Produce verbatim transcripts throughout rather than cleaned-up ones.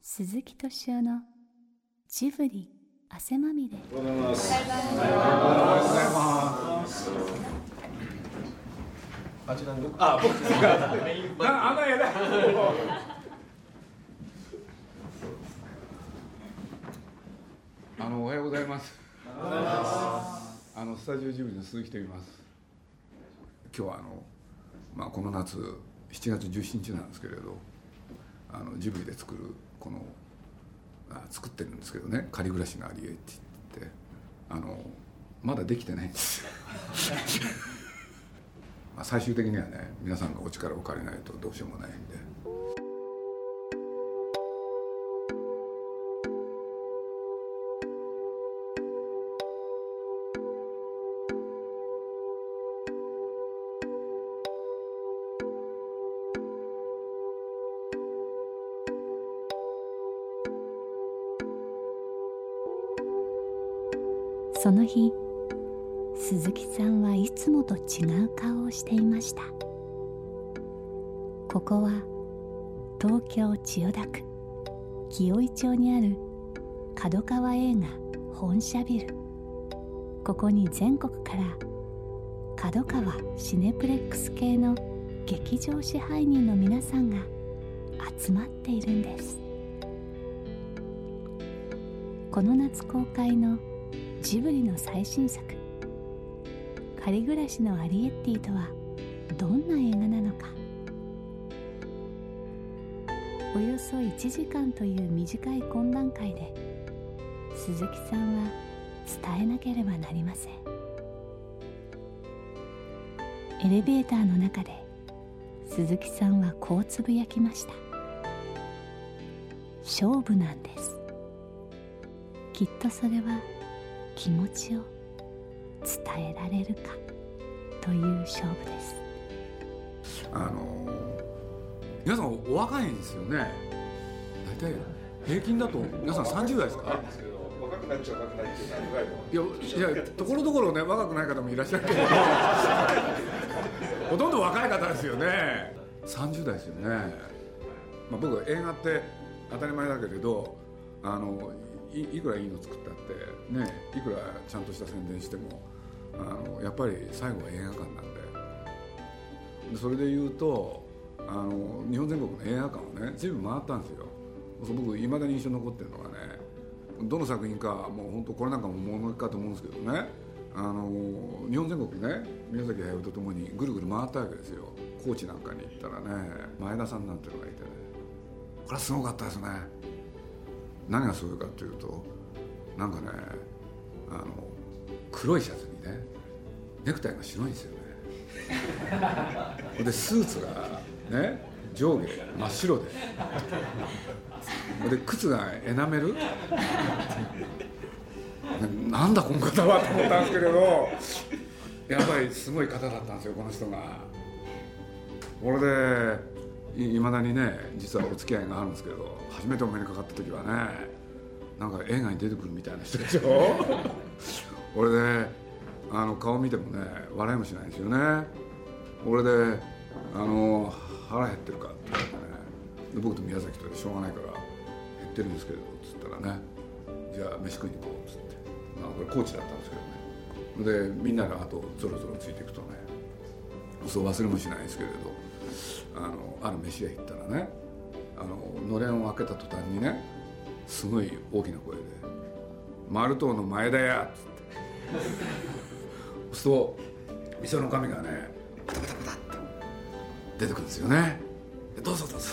鈴木敏夫のジブリ汗まみれ。 おはようございます。おはようございます。あちらに僕あ僕ですか。あのやだ。あのおはようございます。おはようございます。あのスタジオジブリの鈴木と言います。今日はあのまあこの夏しちがつじゅうしちにちなんですけれど、あのジブリで作るこのあ作ってるんですけどね、仮暮らしのアリエッティってあのまだできてないんですよ。まあ最終的にはね、皆さんのお力を借りないとどうしようもないんで。 その日、鈴木さんはいつもと違う顔をしていました。ここは東京千代田区紀尾井町にある角川映画本社ビル。ここに全国から角川シネプレックス系の劇場支配人の皆さんが集まっているんです。この夏公開のジブリの最新作仮暮らしのアリエッティとはどんな映画なのか。およそいちじかんという短い懇談会で鈴木さんは伝えなければなりません。エレベーターの中で鈴木さんはこうつぶやきました。勝負なんです。きっとそれは気持ちを伝えられるかという勝負です。 あの皆さんお若いんですよね。大体平均だと皆さんさんじゅうだいですか。 若くなっちゃ若くないっていうのはぐらいの。いやいやところどころね若くない方もいらっしゃるけどほとんど若い方ですよね。さんじゅうだいですよね。まあ、僕は映画って当たり前だけれどあの い, いくらいいの作ったってね、いくらちゃんとした宣伝してもあのやっぱり最後は映画館なんで、でそれで言うとあの日本全国の映画館をね随分回ったんですよ。僕いまだに印象に残ってるのがね、どの作品かもう本当これなんかもものかと思うんですけどね、あの日本全国ね宮崎駿とともにぐるぐる回ったわけですよ。高知なんかに行ったらね前田さんなんていうのがいてね、これはすごかったですね。何がすごいかというとなんかねあの黒いシャツにねネクタイが白いんですよね。でスーツがね上下真っ白で、で靴がエナメルなんだこの方はと思ったんですけれど、やっぱりすごい方だったんですよこの人が。これでいまだにね実はお付き合いがあるんですけど、初めてお目にかかった時はねなんか映画に出てくるみたいな人でしょ。俺であの顔見てもね笑いもしないんですよね。俺であの腹減ってるかって言われてね、で僕と宮崎とでしょうがないから減ってるんですけどっつったらね、じゃあ飯食いに行こうっつって、まあこれ高知だったんですけどね、でみんながあとゾロゾロついていくとね、そう忘れもしないんですけれど、あのある飯屋行ったらね、あののれんを開けた途端にねすごい大きな声で「マルトウの前田や」っつってそうすると店の神がねパタパタパタって出てくるんですよね。どうぞどうぞ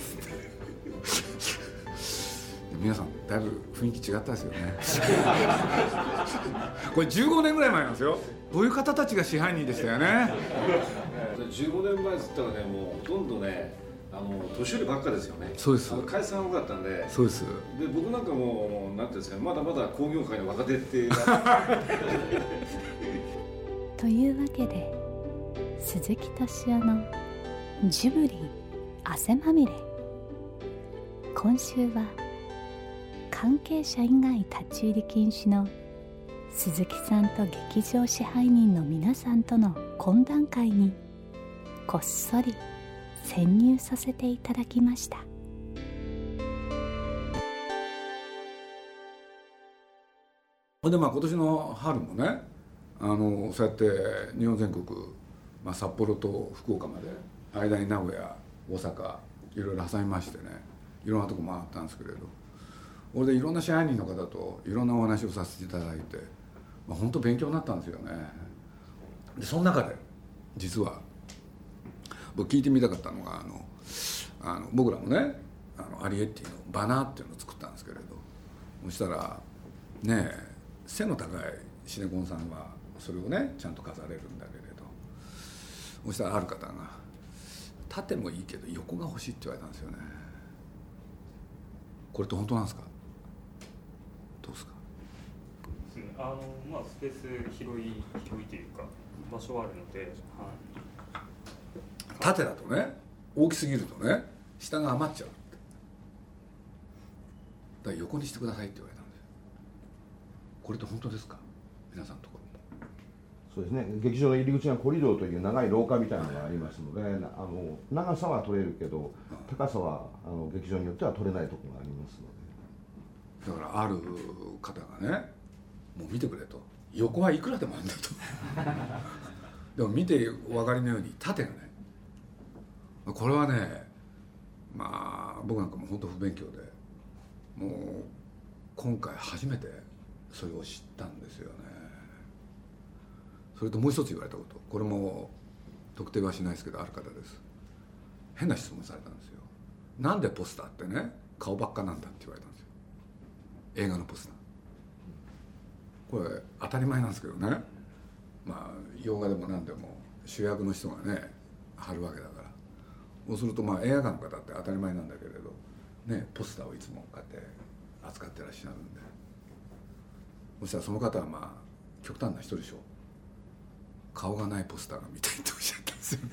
皆さんだいぶ雰囲気違ったですよね。これじゅうごねんぐらい前なんですよ。こういう方たちが支配人でしたよね。 じゅうごねんまえっつったらねもうほとんどねあの年寄りばっかですよね。 そうです。 あの解散多かったんで。 そうです。 で僕なんかもなんていうんですか、まだまだ工業界の若手っていうというわけで鈴木敏夫のジブリ汗まみれ、今週は関係者以外立ち入り禁止の鈴木さんと劇場支配人の皆さんとの懇談会にこっそり潜入させていただきました。 ほんでまあ今年の春もね、あのそうやって日本全国、まあ、札幌と福岡まで間に名古屋大阪いろいろ挟みましてね、いろんなとこ回ったんですけれど、俺でいろんな支配人の方といろんなお話をさせていただいて、まあ、本当勉強になったんですよね。でその中で実は僕聞いてみたかったのが、あのあの僕らもね、あのアリエッティのバナーっていうのを作ったんですけれど、そしたらねえ背の高いシネコンさんはそれをねちゃんと飾れるんだけれど、そしたらある方が縦もいいけど横が欲しいって言われたんですよね。これって本当なんですか？どうですか？ あのまあスペース広い広いというか場所はあるので、はい、 縦だとね大きすぎるとね下が余っちゃう。だから横にしてくださいって言われたんですよ。これって本当ですか？皆さんのところも。 そうですね、劇場の入り口がコリドーという長い廊下みたいなのがありますので、あの長さは取れるけど高さはあの劇場によっては取れないところがありますので。 だからある方がね、もう見てくれと、横はいくらでもあるんだとでも見てお分かりのように縦がね、これはね、まあ僕なんかも本当不勉強で、もう今回初めてそれを知ったんですよね。それともう一つ言われたこと、これも特定はしないですけどある方です。変な質問されたんですよ。なんでポスターってね顔ばっかなんだって言われたんですよ、映画のポスター。これ当たり前なんですけどね、まあ洋画でも何でも主役の人がね貼るわけだから、そうするとまあ映画館の方って当たり前なんだけれどね、ポスターをいつもこうやって扱ってらっしゃるんで、そしたらその方はまあ極端な人でしょう、顔がないポスターが見たいっておっしゃったんですよね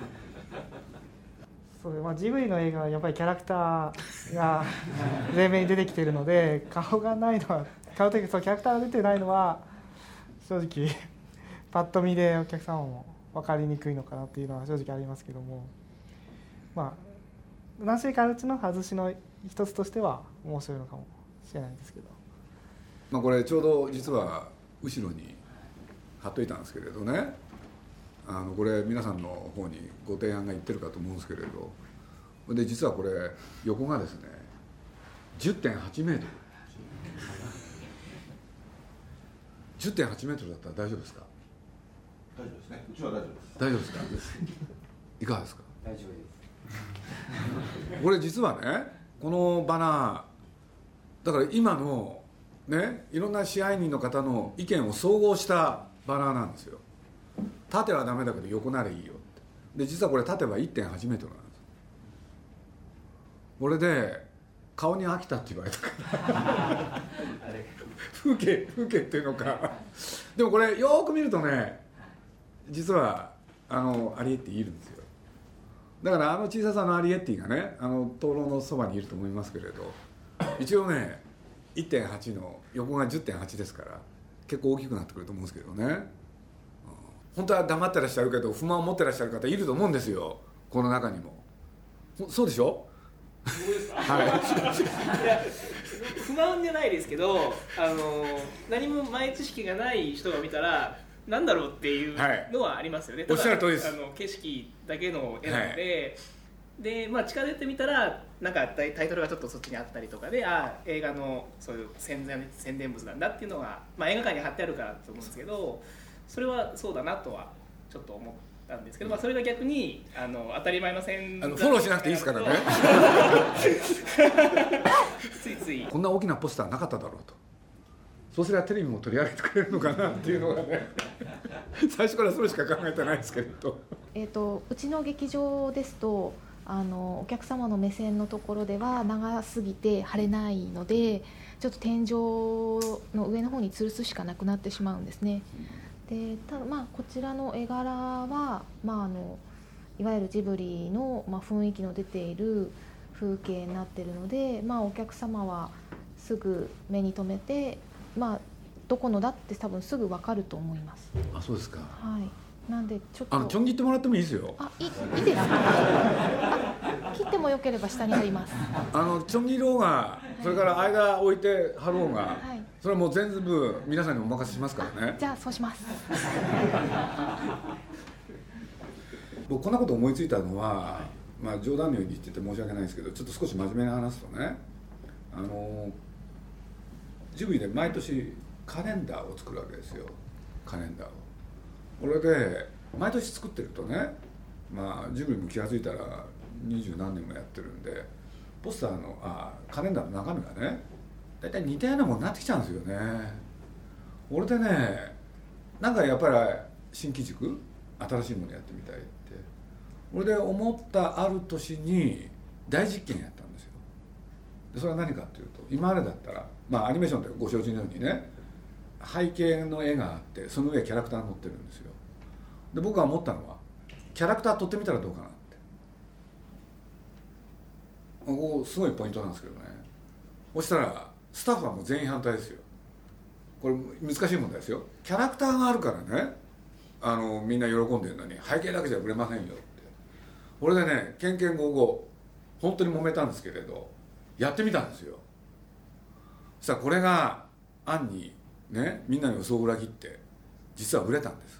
そう、まあ、ジブリの映画はやっぱりキャラクターが前面に出てきているので、顔がないのは顔的にそうキャラクターが出てないのは正直パッと見でお客様も分かりにくいのかなっていうのは正直ありますけども、まあ何種類かあるうちの外しの一つとしては面白いのかもしれないんですけど、 まあこれちょうど実は後ろに貼っといたんですけれどね、あのこれ皆さんの方にご提案がいってるかと思うんですけれど、で実はこれ横がですね じゅってんはちメートルじゅってんはちメートルだったら大丈夫ですか？ 大丈夫ですね。うちは大丈夫です。 大丈夫ですか？いかがですか？ 大丈夫です。 これ実はね、このバナーだから今のねいろんな支配人の方の意見を総合したバナーなんですよ。縦はダメだけど横ならいいよって。で実はこれ縦は いってんはちメートルなんです。これで顔に飽きたって言われたから風景風景っていうのかでもこれよーく見るとね、実はあのアリエッティいるんですよ。だからあの小ささのアリエッティがね、あの灯籠のそばにいると思いますけれど、一応ね いってんはち の横が じゅってんはち ですから結構大きくなってくると思うんですけどね、うん、本当は黙ってらっしゃるけど不満を持ってらっしゃる方いると思うんですよ、この中にも。そうでしょ？ そうですか？ はい、 いや不満じゃないですけど、あの何も前知識がない人が見たらなんだろうっていうのはありますよね、 はい、おっしゃる通りです。 あの景色だけの絵なので、はい、でまあ、近づいてみたらなんかタイトルがちょっとそっちにあったりとかで、あ映画のそういう宣伝宣伝物なんだっていうのが、まあ、映画館に貼ってあるからと思うんですけど、それはそうだなとはちょっと思ったんですけど、まあ、それが逆にあの当たり前の宣伝あのフォローしなくていいですからねついついこんな大きなポスターなかっただろうと、そうすればテレビも取り上げてくれるのかなっていうのがね最初からそれしか考えてないですけれど、 えーと、うちの劇場ですとあのお客様の目線のところでは長すぎて貼れないので、ちょっと天井の上の方に吊るすしかなくなってしまうんですね。でただ、まあ、こちらの絵柄は、まあ、あのいわゆるジブリの、まあ、雰囲気の出ている風景になっているので、まあ、お客様はすぐ目に留めて、まあ、どこのだって多分すぐ分かると思います。 あ、そうですか。 はい、なんでちょっとあのちょん切ってもらってもいいですよ。 あ、いいいいですか。あ、 切ってもよければ下に貼ります。 あのちょん切ろうが、それから間置いて貼ろうが、はい、それはもう全部皆さんにお任せしますからね。 じゃあそうします。 僕こんなこと思いついたのは、まあ冗談のように言ってて申し訳ないんですけど、ちょっと少し真面目に話すとね、あのジブリで毎年カレンダーを作るわけですよ。カレンダーをこれで毎年作ってるとね、まあジブリも気が付いたら二十何年もやってるんで、ポスターのあカレンダーの中身がね大体似たようなものになってきちゃうんですよね。俺でね、なんかやっぱり新機軸新しいものやってみたいって俺で思ったある年に大実験やったんですよ。でそれは何かっていうと、今までだったらまあアニメーションってご承知のようにね、背景の絵があってその上キャラクターが載ってるんですよ。で僕が思ったのはキャラクター撮ってみたらどうかなって、ここすごいポイントなんですけどね。そしたらスタッフはもう全員反対ですよ。これ難しい問題ですよ。キャラクターがあるからね、あのみんな喜んでるのに背景だけじゃ売れませんよって。これでね、けんけんごうごう本当に揉めたんですけれど、やってみたんですよ。そしたらこれが暗にね、みんなの予想を裏切って実は売れたんです。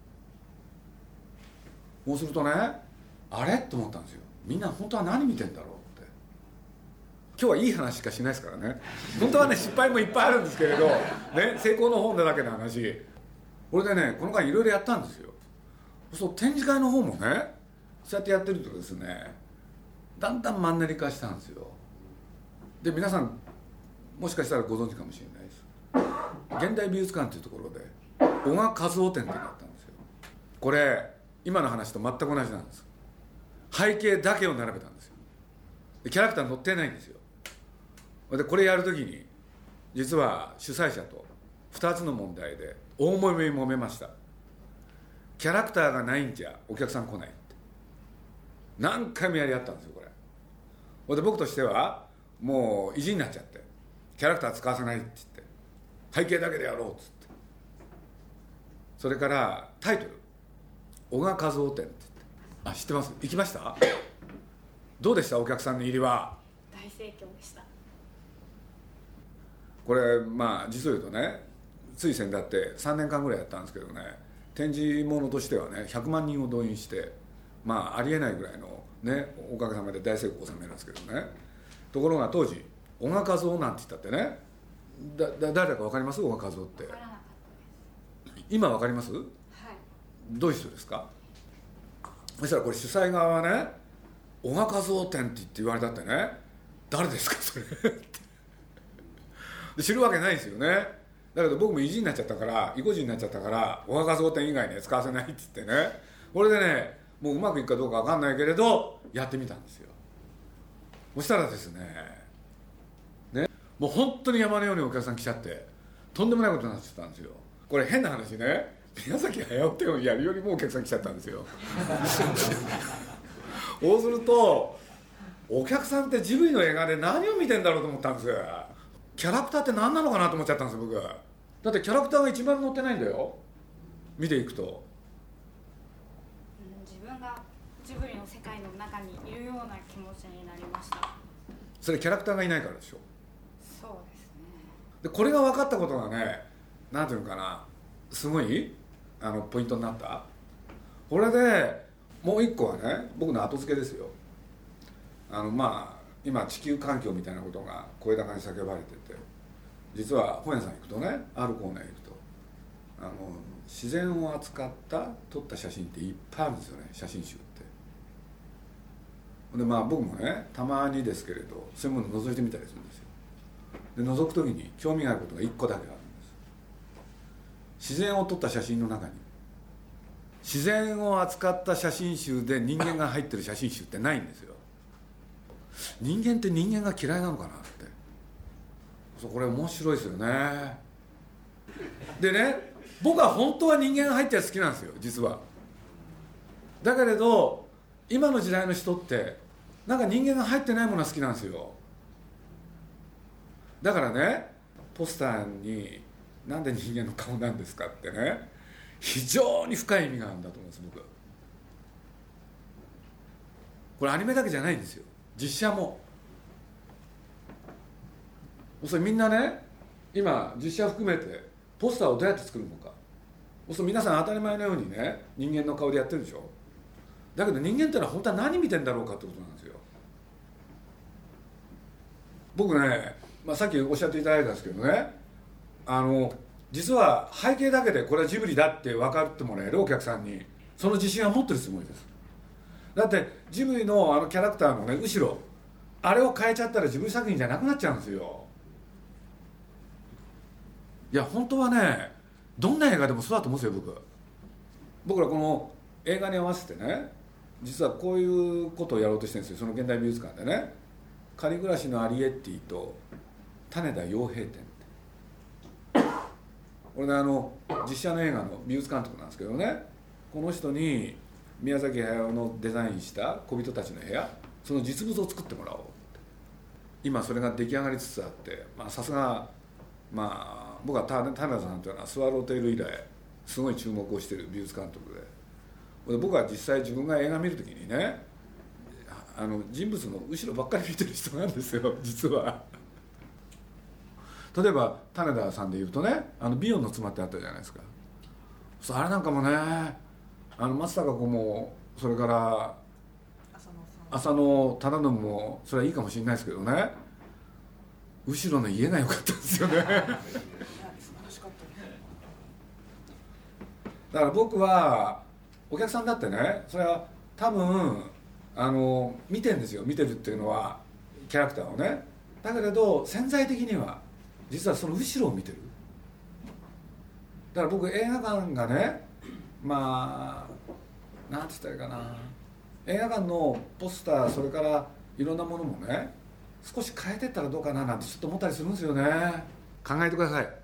そうするとね、あれと思ったんですよ。みんな本当は何見てんだろうって。今日はいい話しかしないですからね。本当はね、失敗もいっぱいあるんですけれど、ね、成功の本だけの話。これでね、この間いろいろやったんですよ。そう展示会の方もね、そうやってやってるとですね、だんだんマンネリ化したんですよ。で皆さんもしかしたらご存知かもしれないです。現代美術館というところで小賀和夫展ってなったんですよ。これ今の話と全く同じなんです。背景だけを並べたんですよ。でキャラクター載ってないんですよ。でこれやるときに実は主催者とふたつの問題で大揉めに揉めました。キャラクターがないんじゃお客さん来ないって何回もやり合ったんですよ。これで僕としてはもう意地になっちゃって、キャラクター使わせないって言って背景だけでやろうっつって、それからタイトル小賀和夫展って言って、あ、知ってます？行きました？どうでした？お客さんの入りは。 大盛況でした。 これまあ実を言うとね、つい先だってさんねんかんぐらいやったんですけどね、展示物としてはねひゃくまんにんを動員して、まあありえないぐらいのね、おかげさまで大成功を収めるんですけどね。ところが当時小賀和夫なんて言ったってね、だだ誰だか分かります？小賀和夫って。分からなかったです。今分かります？はい。どういう人ですか？そしたらこれ主催側はね、小賀和夫展って言われたってね、誰ですかそれで知るわけないんですよね。だけど僕も意地になっちゃったから、意固地になっちゃったから、小賀和夫展以外には使わせないって言ってね、これでね、もううまくいくかどうか分かんないけれどやってみたんですよ。そしたらですね、ね、もう本当に山のようにお客さん来ちゃって、とんでもないことになっちゃったんですよ。これ変な話ね、宮崎駿展をやるよりもお客さん来ちゃったんですよそうするとお客さんってジブリの映画で何を見てんだろうと思ったんですよ。キャラクターって何なのかなと思っちゃったんですよ僕。だってキャラクターが一番載ってないんだよ、見ていくと。 自分がジブリの世界の中にいるような気持ちになりました。 それキャラクターがいないからでしょ。 そうですね。 でこれが分かったことがね、なんていうのかな、すごいあのポイントになった。これでもう一個はね、僕の後付けですよ。あのまあ今地球環境みたいなことが声高に叫ばれてて、実は本屋さん行くとね、あるコーナー行くとあの自然を扱った撮った写真っていっぱいあるんですよね、写真集って。でまあ僕もねたまにですけれどそういうものを覗いてみたりするんですよ。で覗く時に興味があることがいっこだけあるんです。自然を撮った写真の中に自然を扱った写真集で人間が入ってる写真集ってないんですよ。人間って人間が嫌いなのかなって。そうこれ面白いですよね。でね、僕は本当は人間が入ったやつ好きなんですよ実は。だけれど今の時代の人ってなんか人間が入ってないものが好きなんですよ。だからね、ポスターになんで人間の顔なんですかってね、非常に深い意味があるんだと思うんです僕。 これアニメだけじゃないんですよ、実写も。それみんなね、今実写含めてポスターをどうやって作るのか、そう皆さん当たり前のようにね人間の顔でやってるでしょ。だけど人間ってのは本当は何見てんだろうかってことなんですよ。僕ね、まあ、さっきおっしゃっていただいたんですけどね、あの実は背景だけでこれはジブリだって分かってもらえるお客さんにその自信は持ってるつもりです。だってジブリのあのキャラクターのね後ろあれを変えちゃったらジブリ作品じゃなくなっちゃうんですよ。いや本当はね、どんな映画でもそうだと思うんですよ。僕僕らこの映画に合わせてね、実はこういうことをやろうとしてるんですよ。その現代美術館でね、仮暮らしのアリエッティと種田洋平展って、これね、あの実写の映画の美術監督なんですけどね、この人に宮崎駿のデザインした小人たちの部屋、その実物を作ってもらおうって。今それが出来上がりつつあって、まあさすがまあ僕は種田さんというのはスワローテール以来すごい注目をしている美術監督で、僕は実際自分が映画見るときにね、あの人物の後ろばっかり見てる人なんですよ実は。例えば種田さんでいうとね、あのビヨンの妻ってあったじゃないですか。そうあれなんかもね、あの松たか子もそれから浅野忠信もそれはいいかもしれないですけどね、後ろの家が良かったんですよねだから僕はお客さんだってね、それは多分あの見てるんですよ。見てるっていうのはキャラクターをね、だけれど潜在的には実はその後ろを見てる。だから僕映画館がね、まあなんて言ったらいいかな、映画館のポスター、それからいろんなものもね少し変えてったらどうかななんてちょっと思ったりするんですよね。考えてください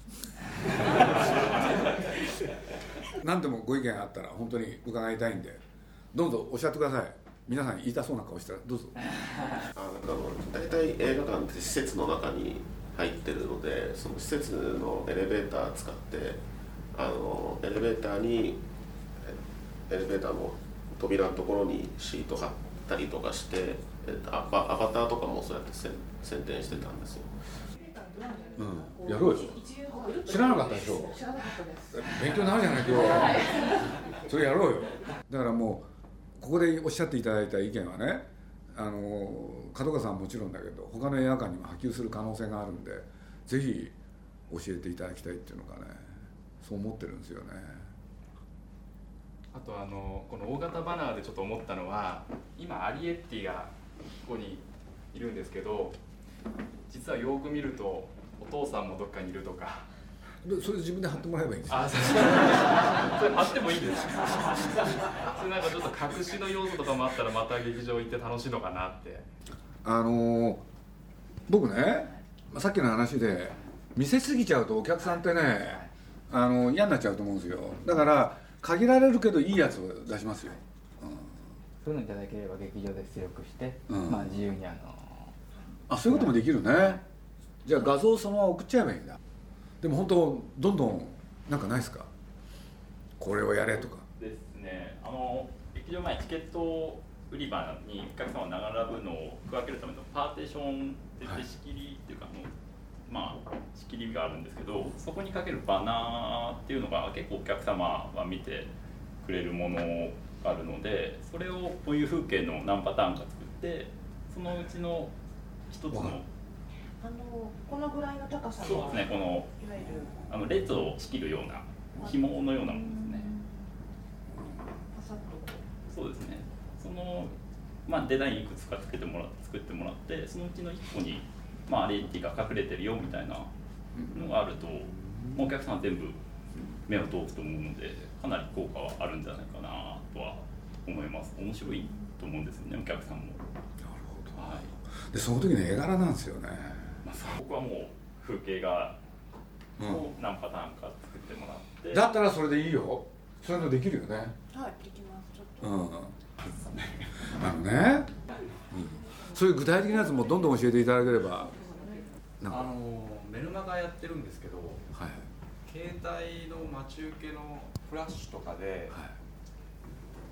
何でもご意見あったら本当に伺いたいんで、どうぞおっしゃってください。皆さん言いたそうな顔したらどうぞ。 あの大体映画館って施設の中に入ってるので、その施設のエレベーター使ってあのエレベーターにエレベーターの扉のところにシート貼ったりとかして、アバ、アバターとかもそうやって宣伝してたんですよ。 うん、やろうよ。知らなかったでしょ。勉強になるじゃない今日それやろうよ。だからもうここでおっしゃっていただいた意見はね、あの門川さんはもちろんだけど他の映画館にも波及する可能性があるんで、ぜひ教えていただきたいっていうのかね、そう思ってるんですよね。 あとあのこの大型バナーでちょっと思ったのは、今アリエッティがここにいるんですけど、実はよく見るとお父さんもどっかにいるとか。 それ自分で貼ってもらえばいいんですよ。 あ、それ貼ってもいいんですかそれなんかちょっと隠しの要素とかもあったらまた劇場行って楽しいのかなって。 あの僕ね、さっきの話で見せすぎちゃうとお客さんってね、あの嫌になっちゃうと思うんですよ。だから限られるけどいいやつを出しますよ、うん、 そういうのいただければ劇場で出力して、うん、まあ自由にあのあそういうこともできるね。じゃあ画像をそのまま送っちゃえばいいんだ。でも本当どんどんなんかないですか、これをやれとか。 ですね、あの劇場前チケット売り場にお客様が並ぶのを区分けるためのパーテーションで仕切りっていうか、はい、あのまあ仕切りがあるんですけど、そこにかけるバナーっていうのが結構お客様は見てくれるものがあるので、それをこういう風景の何パターンか作って、そのうちの一つのあのこのぐらいの高さの、 そうですね、このいわゆるあの列を仕切るような紐のようなものですね。 パサッとそうですね。そのまあデザインいくつかつけてもら作ってもらって、そのうちのいっこにまあアレンティが隠れてるよみたいなのがあると、お客さんは全部目を通すと思うので、かなり効果はあるんじゃないかなとは思います。面白いと思うんですよね、お客さんも。なるほど。はい。でその時の絵柄なんですよね。 まあ、僕はもう風景画を何パターンか作ってもらって、うん、 だったらそれでいいよ。そういうのできるよね。 はい、できます。ちょっと、 うん、あのね、うん、そういう具体的なやつもどんどん教えていただければ。 なんかあのメルマガやってるんですけど、 はい、 携帯の待ち受けのフラッシュとかで、はい、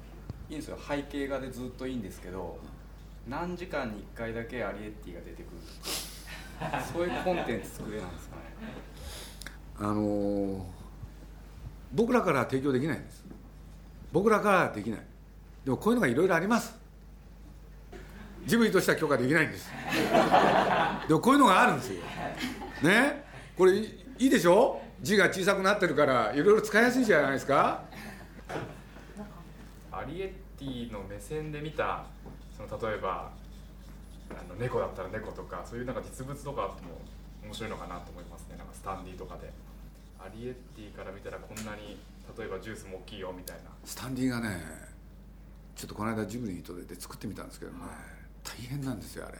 いいんですよ、背景画でずっといいんですけど、何時間にいっかいだけアリエッティが出てくるそういうコンテンツ作れないんですかね。 あのー、僕らから提供できないんです。僕らからできない。でもこういうのがいろいろあります。ジブリとしては許可できないんですでもこういうのがあるんですよね。これいいでしょ、字が小さくなってるからいろいろ使いやすいじゃないですか。 アリエッティの目線で見た、その例えばあの猫だったら猫とか、そういうなんか実物とかも面白いのかなと思いますね。なんかスタンディとかでアリエッティから見たらこんなに例えばジュースも大きいよみたいな。 スタンディがね、ちょっとこの間ジブリとで作ってみたんですけどね、大変なんですよあれ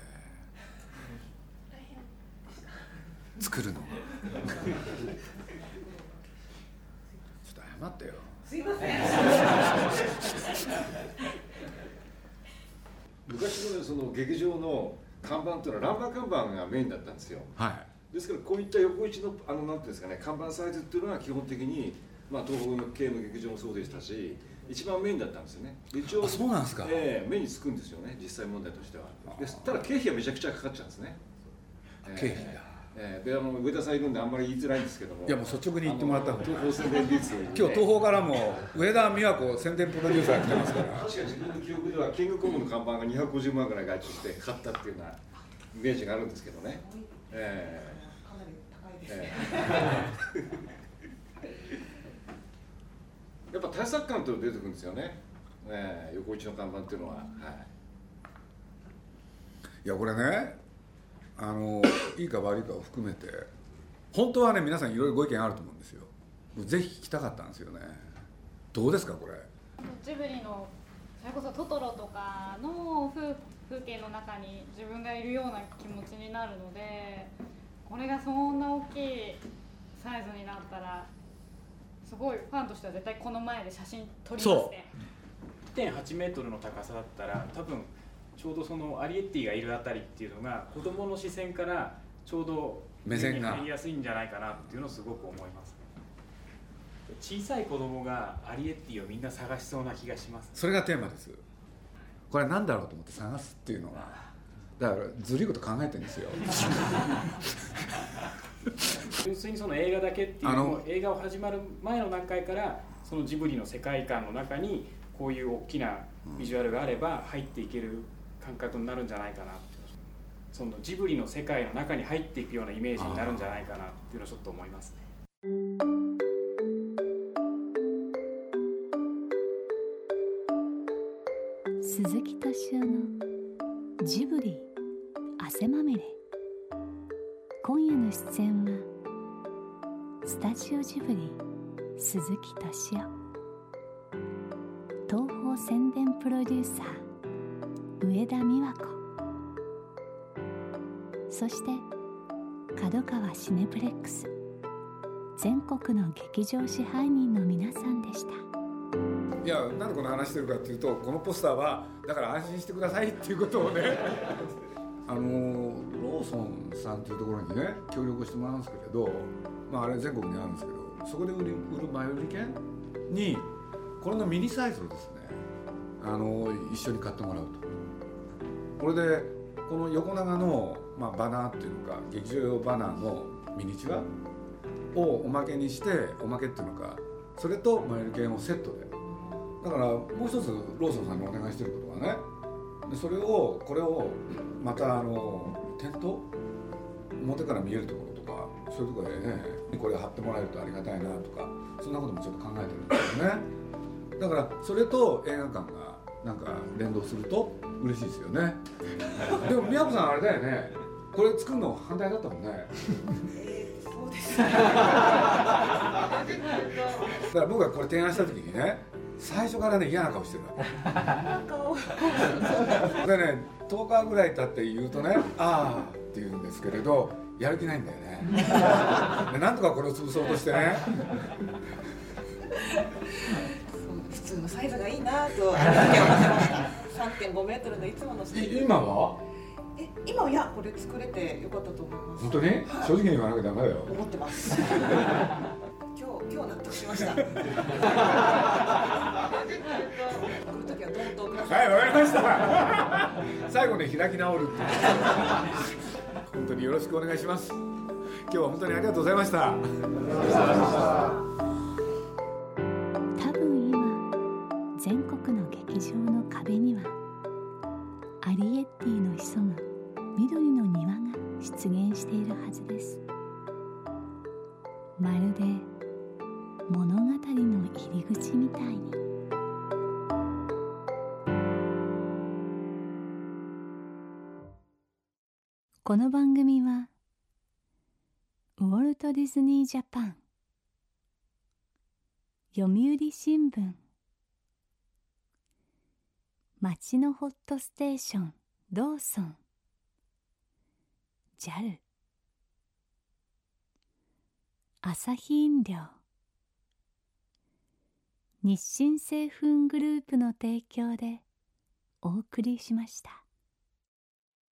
作るのがちょっと謝ってよ。 すいません昔の、ね、その劇場の看板というのはランバー看板がメインだったんですよ。 はい。ですからこういった横一のあのなんていうんですかね、看板サイズっていうのは基本的に、まあ、東北の系の劇場もそうでしたし、一番メインだったんですよね。一応、あ、そうなんですか。えー、目につくんですよね、実際問題としては。でただ経費はめちゃくちゃかかっちゃうんですね。経費だ。えー、であの上田さんいるんであんまり言いづらいんですけども、いやもう率直に言ってもらった方が、東宝宣伝率、今日東宝からも上田美和子宣伝プロデューサーが来てますから確か自分の記憶ではキングコングの看板がにひゃくごじゅうまんぐらい外注して買ったっていうようなイメージがあるんですけどね。えー、かなり高いですね、えー、やっぱ対策感っていうのが出てくるんですよね、えー、横一の看板っていうのは、はい、いやこれね、あのいいか悪いかを含めて本当はね皆さんいろいろご意見あると思うんですよ。ぜひ聞きたかったんですよね。どうですかこれ。 ジブリのそれこそトトロとかの 風, 風景の中に自分がいるような気持ちになるので、これがそんな大きいサイズになったらすごいファンとしては絶対この前で写真撮りますね。 いってんはちメートルの高さだったら多分ちょうどそのアリエッティがいるあたりっていうのが子供の視線からちょうど目線が入りやすいんじゃないかなっていうのをすごく思います。小さい子供がアリエッティをみんな探しそうな気がします。 それがテーマです。これは何だろうと思って探すっていうのが、だからずるいこと考えてるんですよ純粋にその映画だけっていうのも映画を始まる前の段階からそのジブリの世界観の中にこういう大きなビジュアルがあれば入っていける感覚になるんじゃないかなって、そのジブリの世界の中に入っていくようなイメージになるんじゃないかなっていうのをちょっと思いますね。 鈴木敏夫のジブリ汗まみれ。今夜の出演はスタジオジブリ鈴木敏夫、東宝宣伝プロデューサー上田美和子、そして角川シネプレックス全国の劇場支配人の皆さんでした。 いや、なんでこの話してるかっていうと、このポスターはだから安心してくださいっていうことをねあのローソンさんっていうところにね協力してもらうんですけれど、まあ、あれ全国にあるんですけど、そこで売る前売り券にこれのミニサイズをですね、あの一緒に買ってもらうと。これでこの横長の、まあ、バナーっていうのか劇場用バナーのミニチュアをおまけにして、おまけっていうのか、それと前売り券をセットで、だからもう一つローソンさんにお願いしてることはね、でそれをこれをまたあの店頭表から見えるところとか、そういうところでねこれ貼ってもらえるとありがたいなとか、そんなこともちょっと考えてるんですよね。だからそれと映画館がなんか連動すると嬉しいですよねでも宮子さんあれだよね、これ作るの反対だったもんねそうですだから僕がこれ提案した時にね、最初からね嫌な顔してるわけでね、とおかぐらい経って言うとね、ああって言うんですけれど、やる気ないんだよねでなんとかこれを潰そうとしてね普通のサイズがいいなとさんてんごメートルのいつものサイズ。 今はえ今はいやこれ作れてよかったと思います。 本当に、はい、正直に言わなきゃダメだよ。 思ってます今日今今日納得しました来るときはどんとください。 はい、わかりました最後に開き直るっていう本当によろしくお願いします。今日は本当にありがとうございました。 多分今全国の劇場の壁にはアリエッティの潜む緑の庭が出現しているはずです。まるで物語の入り口みたいに。この番組はウォルト・ディズニー・ジャパン、読売新聞、街のホットステーションローソン、 ジャル、 アサヒ飲料、日清製粉グループの提供でお送りしました。